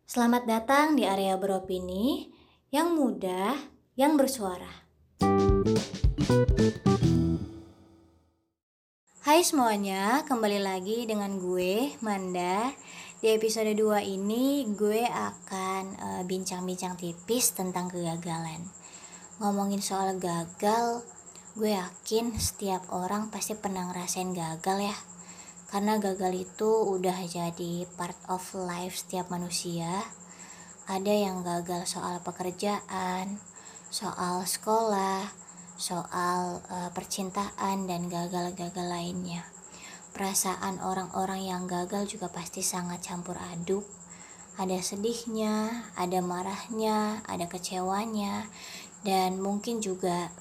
Selamat datang di area beropini, yang mudah, yang bersuara. Hai semuanya, kembali lagi dengan gue, Manda. Di episode 2 ini gue akan bincang-bincang tipis tentang kegagalan. Ngomongin soal gagal, gue yakin setiap orang pasti pernah ngerasain gagal ya. Karena gagal itu udah jadi part of life setiap manusia. Ada yang gagal soal pekerjaan, soal sekolah, soal percintaan, dan gagal-gagal lainnya. Perasaan orang-orang yang gagal juga pasti sangat campur aduk. Ada sedihnya, ada marahnya, ada kecewanya, dan mungkin juga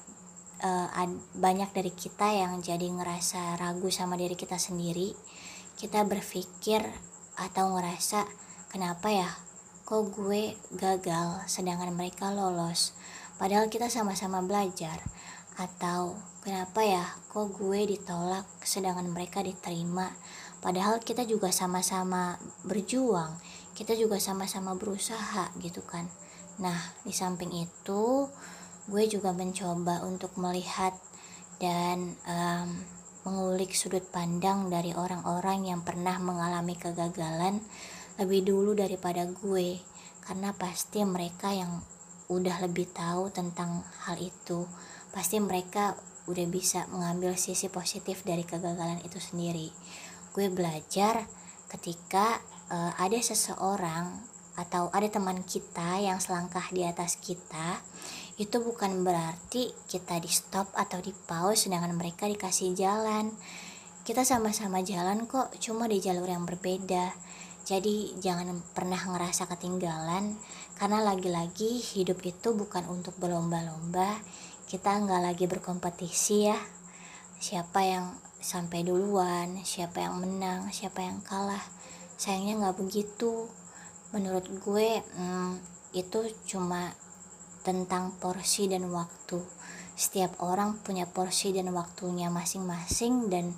banyak dari kita yang jadi ngerasa ragu sama diri kita sendiri. Kita berpikir atau ngerasa, kenapa ya kok gue gagal sedangkan mereka lolos, padahal kita sama-sama belajar. Atau kenapa ya kok gue ditolak sedangkan mereka diterima, padahal kita juga sama-sama berjuang, kita juga sama-sama berusaha gitu kan. Nah, di samping itu gue juga mencoba untuk melihat dan mengulik sudut pandang dari orang-orang yang pernah mengalami kegagalan lebih dulu daripada gue, karena pasti mereka yang udah lebih tahu tentang hal itu. Pasti mereka udah bisa mengambil sisi positif dari kegagalan itu sendiri. Gue belajar ketika ada seseorang atau ada teman kita yang selangkah di atas kita, itu bukan berarti kita di stop atau di pause sedangkan mereka dikasih jalan. Kita sama-sama jalan kok, cuma di jalur yang berbeda. Jadi jangan pernah ngerasa ketinggalan, karena lagi-lagi hidup itu bukan untuk berlomba-lomba. Kita nggak lagi berkompetisi ya, siapa yang sampai duluan, siapa yang menang, siapa yang kalah. Sayangnya nggak begitu. Menurut gue itu cuma tentang porsi dan waktu. Setiap orang punya porsi dan waktunya masing-masing, dan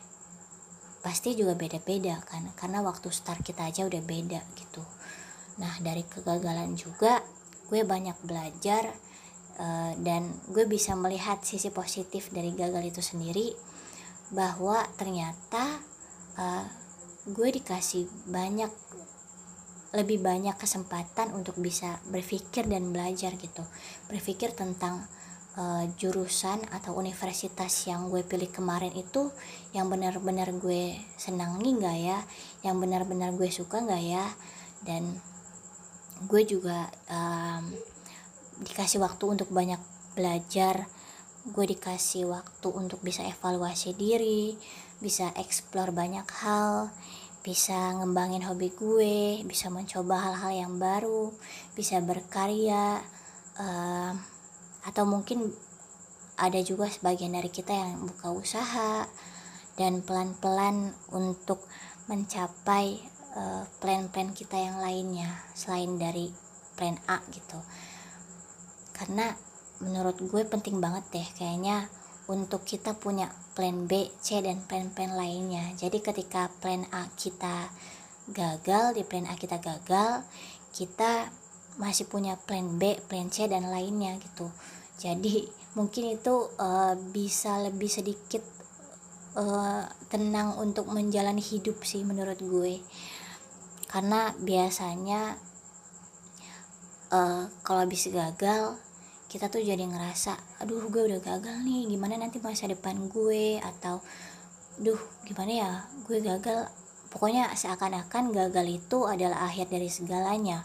pasti juga beda-beda kan, karena waktu start kita aja udah beda gitu. Nah, dari kegagalan juga gue banyak belajar, dan gue bisa melihat sisi positif dari gagal itu sendiri, bahwa ternyata gue dikasih lebih banyak kesempatan untuk bisa berpikir dan belajar gitu, berpikir tentang jurusan atau universitas yang gue pilih kemarin itu yang benar-benar gue senangi nggak ya, yang benar-benar gue suka nggak ya. Dan gue juga dikasih waktu untuk banyak belajar, gue dikasih waktu untuk bisa evaluasi diri, bisa explore banyak hal, bisa ngembangin hobi gue, bisa mencoba hal-hal yang baru, bisa berkarya, atau mungkin ada juga sebagian dari kita yang buka usaha dan pelan-pelan untuk mencapai plan-plan kita yang lainnya selain dari plan A gitu. Karena menurut gue penting banget deh kayaknya untuk kita punya plan B, C, dan plan-plan lainnya. Jadi ketika plan A kita gagal, di plan A kita gagal, kita masih punya plan B, plan C, dan lainnya gitu. Jadi mungkin itu bisa lebih sedikit tenang untuk menjalani hidup sih menurut gue. Karena biasanya kalau habis gagal, kita tuh jadi ngerasa, aduh gue udah gagal nih, gimana nanti masa depan gue, atau duh gimana ya gue gagal. Pokoknya seakan-akan gagal itu adalah akhir dari segalanya.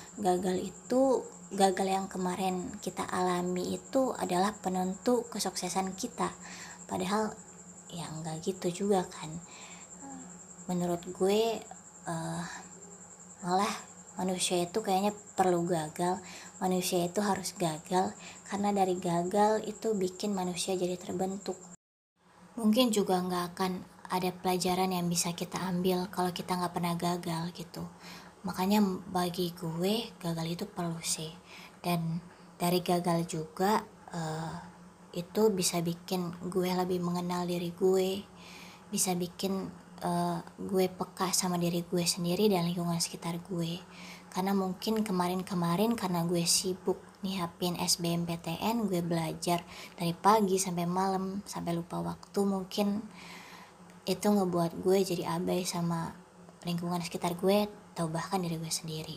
Gagal yang kemarin kita alami itu adalah penentu kesuksesan kita, padahal ya enggak gitu juga kan. Menurut gue malah manusia itu kayaknya perlu gagal, manusia itu harus gagal, karena dari gagal itu bikin manusia jadi terbentuk. Mungkin juga nggak akan ada pelajaran yang bisa kita ambil kalau kita nggak pernah gagal gitu. Makanya bagi gue gagal itu perlu sih. Dan dari gagal juga itu bisa bikin gue lebih mengenal diri gue, bisa bikin gue peka sama diri gue sendiri dan lingkungan sekitar gue. Karena mungkin kemarin karena gue sibuk nyiapin SBMPTN, gue belajar dari pagi sampai malam sampai lupa waktu, mungkin itu ngebuat gue jadi abai sama lingkungan sekitar gue atau bahkan diri gue sendiri.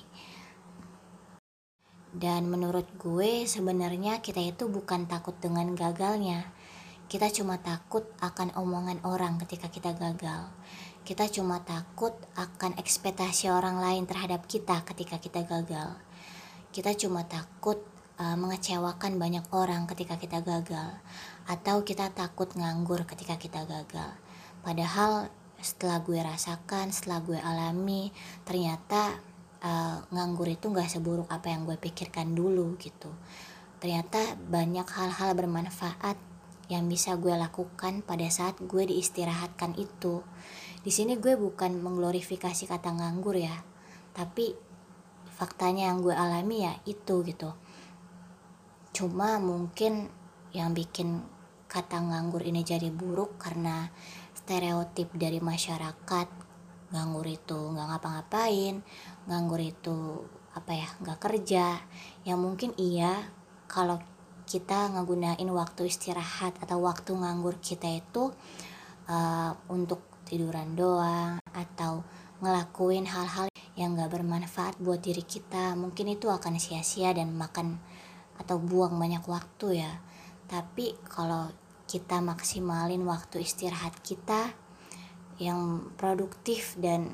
Dan menurut gue sebenarnya kita itu bukan takut dengan gagalnya. Kita cuma takut akan omongan orang ketika kita gagal. Kita cuma takut akan ekspektasi orang lain terhadap kita ketika kita gagal. Kita cuma takut mengecewakan banyak orang ketika kita gagal. Atau kita takut nganggur ketika kita gagal. Padahal setelah gue rasakan, setelah gue alami, ternyata nganggur itu gak seburuk apa yang gue pikirkan dulu gitu. Ternyata banyak hal-hal bermanfaat yang bisa gue lakukan pada saat gue diistirahatkan itu. Di sini gue bukan mengglorifikasi kata nganggur ya, tapi faktanya yang gue alami ya itu gitu. Cuma mungkin yang bikin kata nganggur ini jadi buruk karena stereotip dari masyarakat. Nganggur itu nggak ngapa-ngapain, nganggur itu nggak kerja. Yang mungkin iya kalau kita ngegunain waktu istirahat atau waktu nganggur kita itu untuk tiduran doang atau ngelakuin hal-hal yang gak bermanfaat buat diri kita, mungkin itu akan sia-sia dan makan atau buang banyak waktu ya. Tapi kalau kita maksimalin waktu istirahat kita yang produktif dan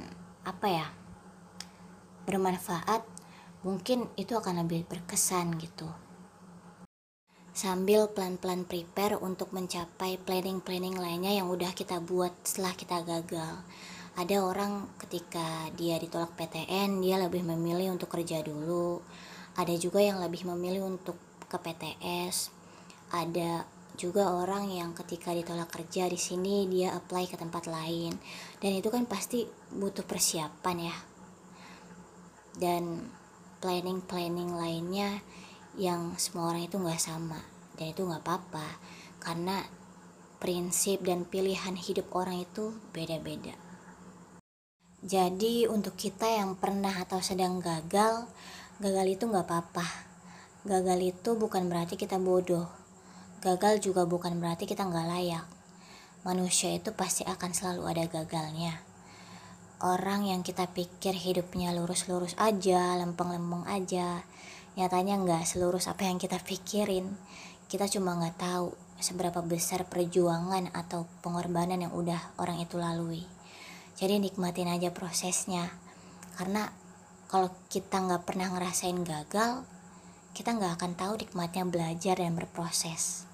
bermanfaat, mungkin itu akan lebih berkesan gitu. Sambil pelan-pelan prepare untuk mencapai planning-planning lainnya yang udah kita buat setelah kita gagal. Ada orang ketika dia ditolak PTN, dia lebih memilih untuk kerja dulu. Ada juga yang lebih memilih untuk ke PTS. Ada juga orang yang ketika ditolak kerja di sini dia apply ke tempat lain. Dan itu kan pasti butuh persiapan ya. Dan planning lainnya yang semua orang itu gak sama, dan itu gak apa-apa karena prinsip dan pilihan hidup orang itu beda-beda. Jadi untuk kita yang pernah atau sedang gagal itu gak apa-apa. Gagal itu bukan berarti kita bodoh. Gagal juga bukan berarti kita gak layak. Manusia itu pasti akan selalu ada gagalnya. Orang yang kita pikir hidupnya lurus-lurus aja, lempeng-lempeng aja, nyatanya gak selurus apa yang kita pikirin. Kita cuma gak tahu seberapa besar perjuangan atau pengorbanan yang udah orang itu lalui. Jadi nikmatin aja prosesnya. Karena kalau kita gak pernah ngerasain gagal, kita gak akan tahu nikmatnya belajar dan berproses.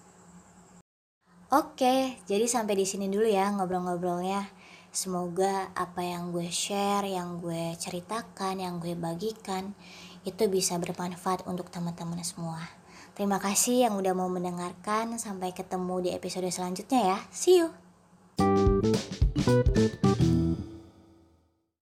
Oke, jadi sampai di sini dulu ya ngobrol-ngobrolnya. Semoga apa yang gue share, yang gue ceritakan, yang gue bagikan itu bisa bermanfaat untuk teman-teman semua. Terima kasih yang udah mau mendengarkan. Sampai ketemu di episode selanjutnya ya. See you.